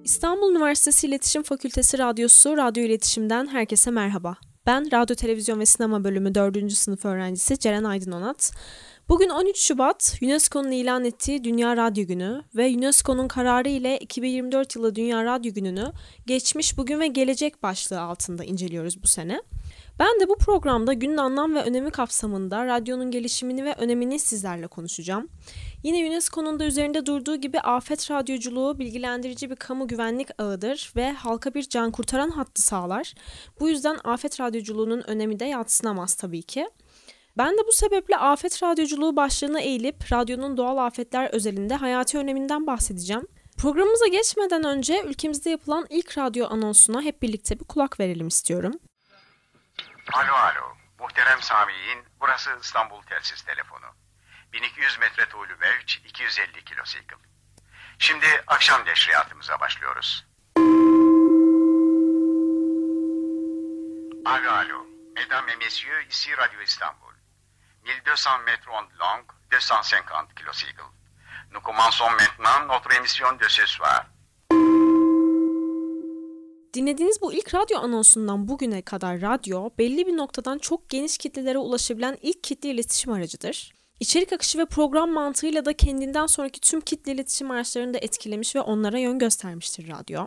İstanbul Üniversitesi İletişim Fakültesi Radyosu Radyo İletişim'den herkese merhaba. Ben Radyo, Televizyon ve Sinema Bölümü 4. sınıf öğrencisi Ceren Aydın Onat. Bugün 13 Şubat, UNESCO'nun ilan ettiği Dünya Radyo Günü ve UNESCO'nun kararı ile 2024 yılı Dünya Radyo Günü'nü geçmiş, bugün ve gelecek başlığı altında inceliyoruz bu sene. Ben de bu programda günün anlam ve önemi kapsamında radyonun gelişimini ve önemini sizlerle konuşacağım. Yine UNESCO'nun da üzerinde durduğu gibi afet radyoculuğu bilgilendirici bir kamu güvenlik ağıdır ve halka bir can kurtaran hattı sağlar. Bu yüzden afet radyoculuğunun önemi de yadsınamaz tabii ki. Ben de bu sebeple afet radyoculuğu başlığına eğilip radyonun doğal afetler özelinde hayati öneminden bahsedeceğim. Programımıza geçmeden önce ülkemizde yapılan ilk radyo anonsuna hep birlikte bir kulak verelim istiyorum. Alo, muhterem Sami'in, burası İstanbul Telsiz Telefonu. 1200 metre tuğlu mevç, 250 kilosikl. Şimdi akşam neşriyatımıza başlıyoruz. Alo, mesdames et messieurs, ici Radio İstanbul. 1200 mètres ondes longues, 250 kilosikl. Nous commençons maintenant notre émission de ce soir. Dinlediğiniz bu ilk radyo anonsundan bugüne kadar radyo, belli bir noktadan çok geniş kitlelere ulaşabilen ilk kitle iletişim aracıdır. İçerik akışı ve program mantığıyla da kendinden sonraki tüm kitle iletişim araçlarını da etkilemiş ve onlara yön göstermiştir radyo.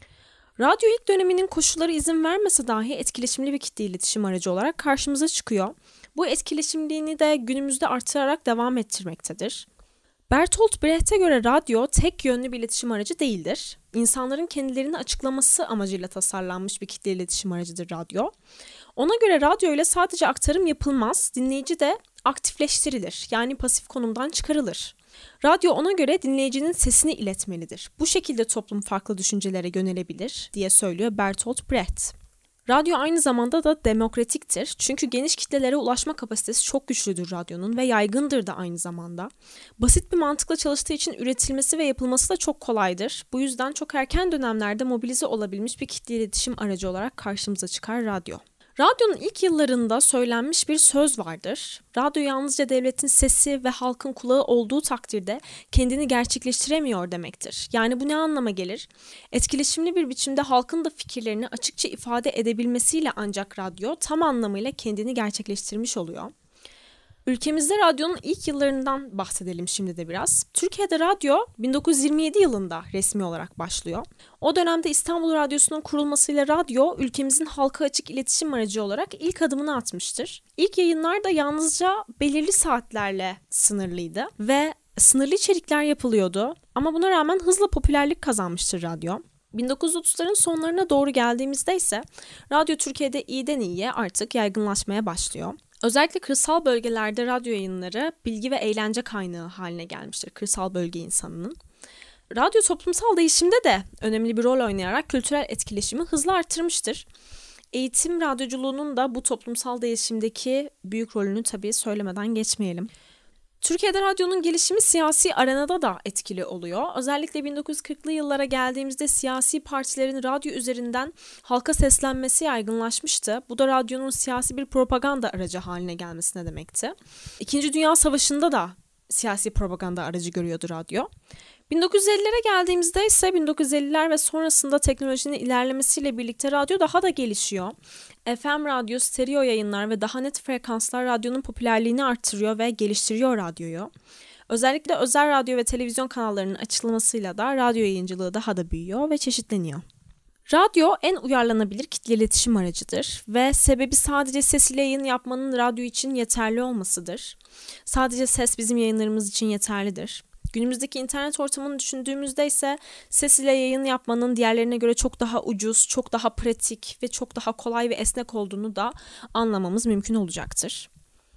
Radyo ilk döneminin koşulları izin vermese dahi etkileşimli bir kitle iletişim aracı olarak karşımıza çıkıyor. Bu etkileşimliğini de günümüzde artırarak devam ettirmektedir. Bertolt Brecht'e göre radyo tek yönlü bir iletişim aracı değildir. İnsanların kendilerini açıklaması amacıyla tasarlanmış bir kitle iletişim aracıdır radyo. Ona göre radyo ile sadece aktarım yapılmaz, dinleyici de aktifleştirilir, yani pasif konumdan çıkarılır. Radyo ona göre dinleyicinin sesini iletmelidir. Bu şekilde toplum farklı düşüncelere yönelebilir diye söylüyor Bertolt Brecht. Radyo aynı zamanda da demokratiktir. Çünkü geniş kitlelere ulaşma kapasitesi çok güçlüdür radyonun ve yaygındır da aynı zamanda. Basit bir mantıkla çalıştığı için üretilmesi ve yapılması da çok kolaydır. Bu yüzden çok erken dönemlerde mobilize olabilmiş bir kitle iletişim aracı olarak karşımıza çıkar radyo. Radyonun ilk yıllarında söylenmiş bir söz vardır. Radyo yalnızca devletin sesi ve halkın kulağı olduğu takdirde kendini gerçekleştiremiyor demektir. Yani bu ne anlama gelir? Etkileşimli bir biçimde halkın da fikirlerini açıkça ifade edebilmesiyle ancak radyo tam anlamıyla kendini gerçekleştirmiş oluyor. Ülkemizde radyonun ilk yıllarından bahsedelim şimdi de biraz. Türkiye'de radyo 1927 yılında resmi olarak başlıyor. O dönemde İstanbul Radyosu'nun kurulmasıyla radyo ülkemizin halka açık iletişim aracı olarak ilk adımını atmıştır. İlk yayınlar da yalnızca belirli saatlerle sınırlıydı ve sınırlı içerikler yapılıyordu. Ama buna rağmen hızla popülerlik kazanmıştır radyo. 1930'ların sonlarına doğru geldiğimizde ise radyo Türkiye'de iyiden iyiye artık yaygınlaşmaya başlıyor. Özellikle kırsal bölgelerde radyo yayınları bilgi ve eğlence kaynağı haline gelmiştir kırsal bölge insanının. Radyo toplumsal değişimde de önemli bir rol oynayarak kültürel etkileşimi hızla artırmıştır. Eğitim radyoculuğunun da bu toplumsal değişimdeki büyük rolünü tabii söylemeden geçmeyelim. Türkiye'de radyonun gelişimi siyasi arenada da etkili oluyor. Özellikle 1940'lı yıllara geldiğimizde siyasi partilerin radyo üzerinden halka seslenmesi yaygınlaşmıştı. Bu da radyonun siyasi bir propaganda aracı haline gelmesine demekti. İkinci Dünya Savaşı'nda da siyasi propaganda aracı görüyordu radyo. 1950'lere geldiğimizde ise 1950'ler ve sonrasında teknolojinin ilerlemesiyle birlikte radyo daha da gelişiyor. FM radyo, stereo yayınlar ve daha net frekanslar radyonun popülerliğini artırıyor ve geliştiriyor radyoyu. Özellikle özel radyo ve televizyon kanallarının açılmasıyla da radyo yayıncılığı daha da büyüyor ve çeşitleniyor. Radyo en uyarlanabilir kitle iletişim aracıdır ve sebebi sadece ses ile yayın yapmanın radyo için yeterli olmasıdır. Sadece ses bizim yayınlarımız için yeterlidir. Günümüzdeki internet ortamını düşündüğümüzde ise ses ile yayın yapmanın diğerlerine göre çok daha ucuz, çok daha pratik ve çok daha kolay ve esnek olduğunu da anlamamız mümkün olacaktır.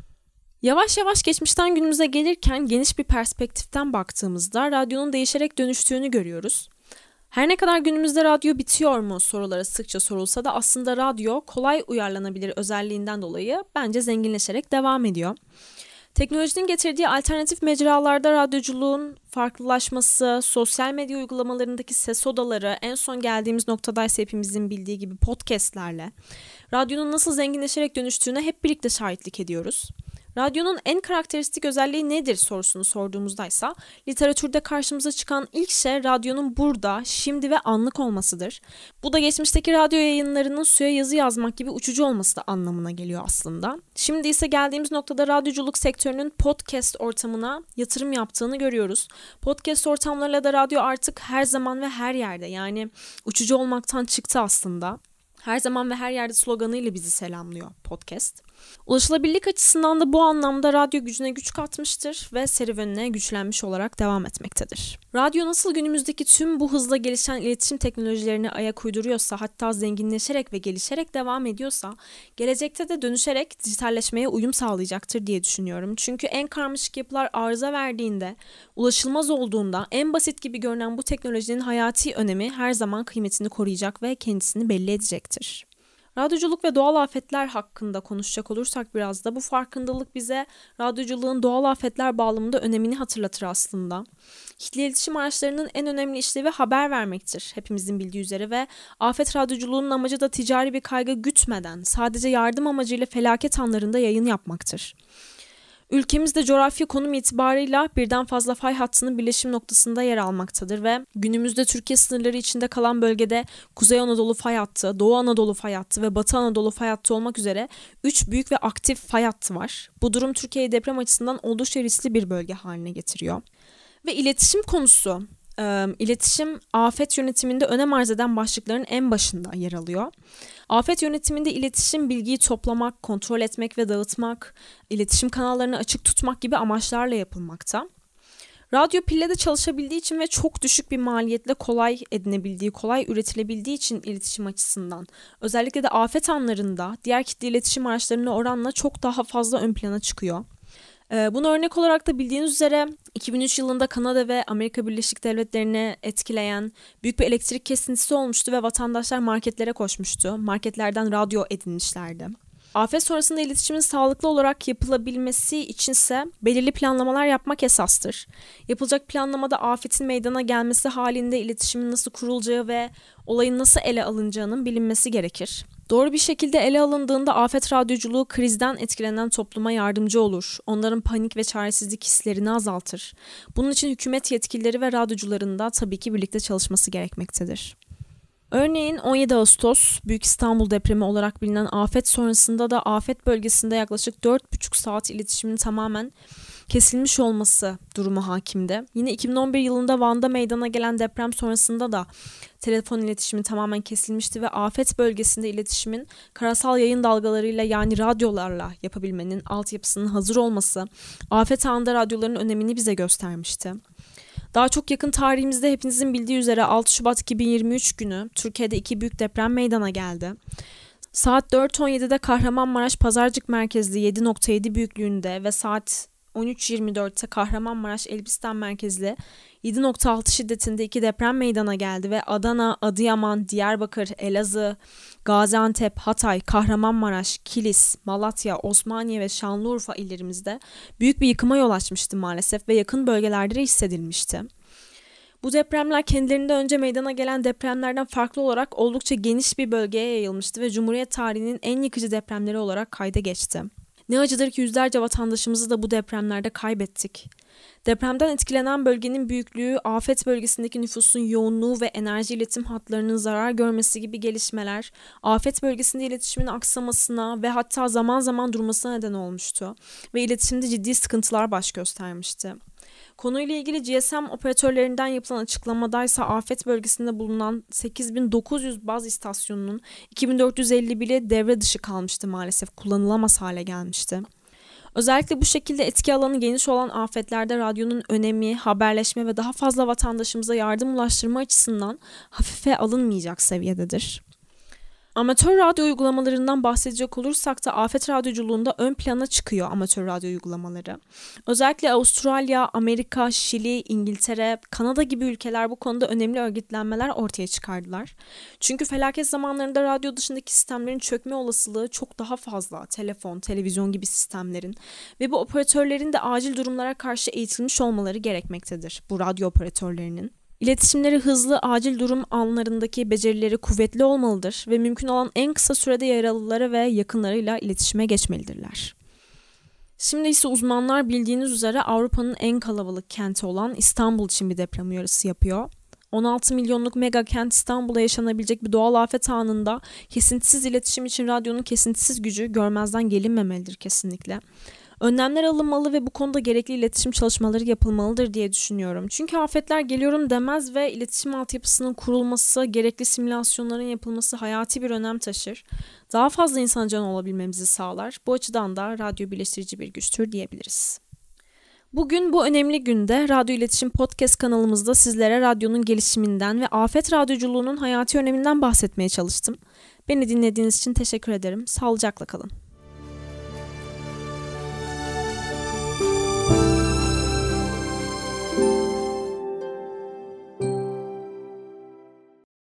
Yavaş yavaş geçmişten günümüze gelirken geniş bir perspektiften baktığımızda radyonun değişerek dönüştüğünü görüyoruz. Her ne kadar günümüzde radyo bitiyor mu soruları sıkça sorulsa da aslında radyo kolay uyarlanabilir özelliğinden dolayı bence zenginleşerek devam ediyor. Teknolojinin getirdiği alternatif mecralarda radyoculuğun farklılaşması, sosyal medya uygulamalarındaki ses odaları, en son geldiğimiz noktadaysa hepimizin bildiği gibi podcastlerle radyonun nasıl zenginleşerek dönüştüğüne hep birlikte şahitlik ediyoruz. Radyonun en karakteristik özelliği nedir sorusunu sorduğumuzdaysa literatürde karşımıza çıkan ilk şey radyonun burada, şimdi ve anlık olmasıdır. Bu da geçmişteki radyo yayınlarının suya yazı yazmak gibi uçucu olması da anlamına geliyor aslında. Şimdi ise geldiğimiz noktada radyoculuk sektörünün podcast ortamına yatırım yaptığını görüyoruz. Podcast ortamlarıyla da radyo artık her zaman ve her yerde, yani uçucu olmaktan çıktı aslında. Her zaman ve her yerde sloganıyla bizi selamlıyor podcast. Ulaşılabilirlik açısından da bu anlamda radyo gücüne güç katmıştır ve serüvenine güçlenmiş olarak devam etmektedir. Radyo nasıl günümüzdeki tüm bu hızla gelişen iletişim teknolojilerine ayak uyduruyorsa, hatta zenginleşerek ve gelişerek devam ediyorsa, gelecekte de dönüşerek dijitalleşmeye uyum sağlayacaktır diye düşünüyorum. Çünkü en karmaşık yapılar arıza verdiğinde, ulaşılmaz olduğunda en basit gibi görünen bu teknolojinin hayati önemi her zaman kıymetini koruyacak ve kendisini belli edecektir. Radyoculuk ve doğal afetler hakkında konuşacak olursak biraz da bu farkındalık bize radyoculuğun doğal afetler bağlamında önemini hatırlatır aslında. Kitle iletişim araçlarının en önemli işlevi haber vermektir hepimizin bildiği üzere ve afet radyoculuğunun amacı da ticari bir kaygı gütmeden sadece yardım amacıyla felaket anlarında yayın yapmaktır. Ülkemizde coğrafi konum itibarıyla birden fazla fay hattının birleşim noktasında yer almaktadır ve günümüzde Türkiye sınırları içinde kalan bölgede Kuzey Anadolu fay hattı, Doğu Anadolu fay hattı ve Batı Anadolu fay hattı olmak üzere 3 büyük ve aktif fay hattı var. Bu durum Türkiye'yi deprem açısından oldukça riskli bir bölge haline getiriyor. Ve iletişim konusu. İletişim afet yönetiminde önem arz eden başlıkların en başında yer alıyor. Afet yönetiminde iletişim bilgiyi toplamak, kontrol etmek ve dağıtmak, iletişim kanallarını açık tutmak gibi amaçlarla yapılmakta. Radyo pille de çalışabildiği için ve çok düşük bir maliyetle kolay edinebildiği, kolay üretilebildiği için iletişim açısından, özellikle de afet anlarında diğer kitle iletişim araçlarına oranla çok daha fazla ön plana çıkıyor. Bunu örnek olarak da bildiğiniz üzere 2003 yılında Kanada ve Amerika Birleşik Devletleri'ni etkileyen büyük bir elektrik kesintisi olmuştu ve vatandaşlar marketlere koşmuştu. Marketlerden radyo edinmişlerdi. Afet sonrasında iletişimin sağlıklı olarak yapılabilmesi içinse belirli planlamalar yapmak esastır. Yapılacak planlamada afetin meydana gelmesi halinde iletişimin nasıl kurulacağı ve olayın nasıl ele alınacağının bilinmesi gerekir. Doğru bir şekilde ele alındığında afet radyoculuğu krizden etkilenen topluma yardımcı olur. Onların panik ve çaresizlik hislerini azaltır. Bunun için hükümet yetkilileri ve radyocuların da tabii ki birlikte çalışması gerekmektedir. Örneğin 17 Ağustos Büyük İstanbul depremi olarak bilinen afet sonrasında da afet bölgesinde yaklaşık 4,5 saat iletişimin tamamen kesilmiş olması durumu hakimdi. Yine 2011 yılında Van'da meydana gelen deprem sonrasında da telefon iletişimi tamamen kesilmişti ve afet bölgesinde iletişimin karasal yayın dalgalarıyla, yani radyolarla yapabilmenin altyapısının hazır olması afet anında radyoların önemini bize göstermişti. Daha çok yakın tarihimizde hepinizin bildiği üzere 6 Şubat 2023 günü Türkiye'de 2 büyük deprem meydana geldi. Saat 4.17'de Kahramanmaraş Pazarcık merkezli 7.7 büyüklüğünde ve saat 13.24'te Kahramanmaraş Elbistan merkezli 7.6 şiddetinde 2 deprem meydana geldi ve Adana, Adıyaman, Diyarbakır, Elazığ, Gaziantep, Hatay, Kahramanmaraş, Kilis, Malatya, Osmaniye ve Şanlıurfa illerimizde büyük bir yıkıma yol açmıştı maalesef ve yakın bölgelerde de hissedilmişti. Bu depremler kendilerinden önce meydana gelen depremlerden farklı olarak oldukça geniş bir bölgeye yayılmıştı ve Cumhuriyet tarihinin en yıkıcı depremleri olarak kayda geçti. Ne acıdır ki yüzlerce vatandaşımızı da bu depremlerde kaybettik. Depremden etkilenen bölgenin büyüklüğü, afet bölgesindeki nüfusun yoğunluğu ve enerji iletim hatlarının zarar görmesi gibi gelişmeler, afet bölgesinde iletişimin aksamasına ve hatta zaman zaman durmasına neden olmuştu ve iletişimde ciddi sıkıntılar baş göstermişti. Konuyla ilgili GSM operatörlerinden yapılan açıklamadaysa afet bölgesinde bulunan 8.900 baz istasyonunun 2.450 bile devre dışı kalmıştı, maalesef kullanılamaz hale gelmişti. Özellikle bu şekilde etki alanı geniş olan afetlerde radyonun önemi, haberleşme ve daha fazla vatandaşımıza yardım ulaştırma açısından hafife alınmayacak seviyededir. Amatör radyo uygulamalarından bahsedecek olursak da afet radyoculuğunda ön plana çıkıyor amatör radyo uygulamaları. Özellikle Avustralya, Amerika, Şili, İngiltere, Kanada gibi ülkeler bu konuda önemli örgütlenmeler ortaya çıkardılar. Çünkü felaket zamanlarında radyo dışındaki sistemlerin çökme olasılığı çok daha fazla. Telefon, televizyon gibi sistemlerin ve bu operatörlerin de acil durumlara karşı eğitilmiş olmaları gerekmektedir, bu radyo operatörlerinin. İletişimleri hızlı, acil durum anlarındaki becerileri kuvvetli olmalıdır ve mümkün olan en kısa sürede yaralılara ve yakınlarıyla iletişime geçmelidirler. Şimdi ise uzmanlar bildiğiniz üzere Avrupa'nın en kalabalık kenti olan İstanbul için bir deprem uyarısı yapıyor. 16 milyonluk mega kent İstanbul'da yaşanabilecek bir doğal afet anında kesintisiz iletişim için radyonun kesintisiz gücü görmezden gelinmemelidir kesinlikle. Önlemler alınmalı ve bu konuda gerekli iletişim çalışmaları yapılmalıdır diye düşünüyorum. Çünkü afetler geliyorum demez ve iletişim altyapısının kurulması, gerekli simülasyonların yapılması hayati bir önem taşır. Daha fazla insan canı olabilmemizi sağlar. Bu açıdan da radyo birleştirici bir güçtür diyebiliriz. Bugün bu önemli günde Radyo İletişim Podcast kanalımızda sizlere radyonun gelişiminden ve afet radyoculuğunun hayati öneminden bahsetmeye çalıştım. Beni dinlediğiniz için teşekkür ederim. Sağlıcakla kalın.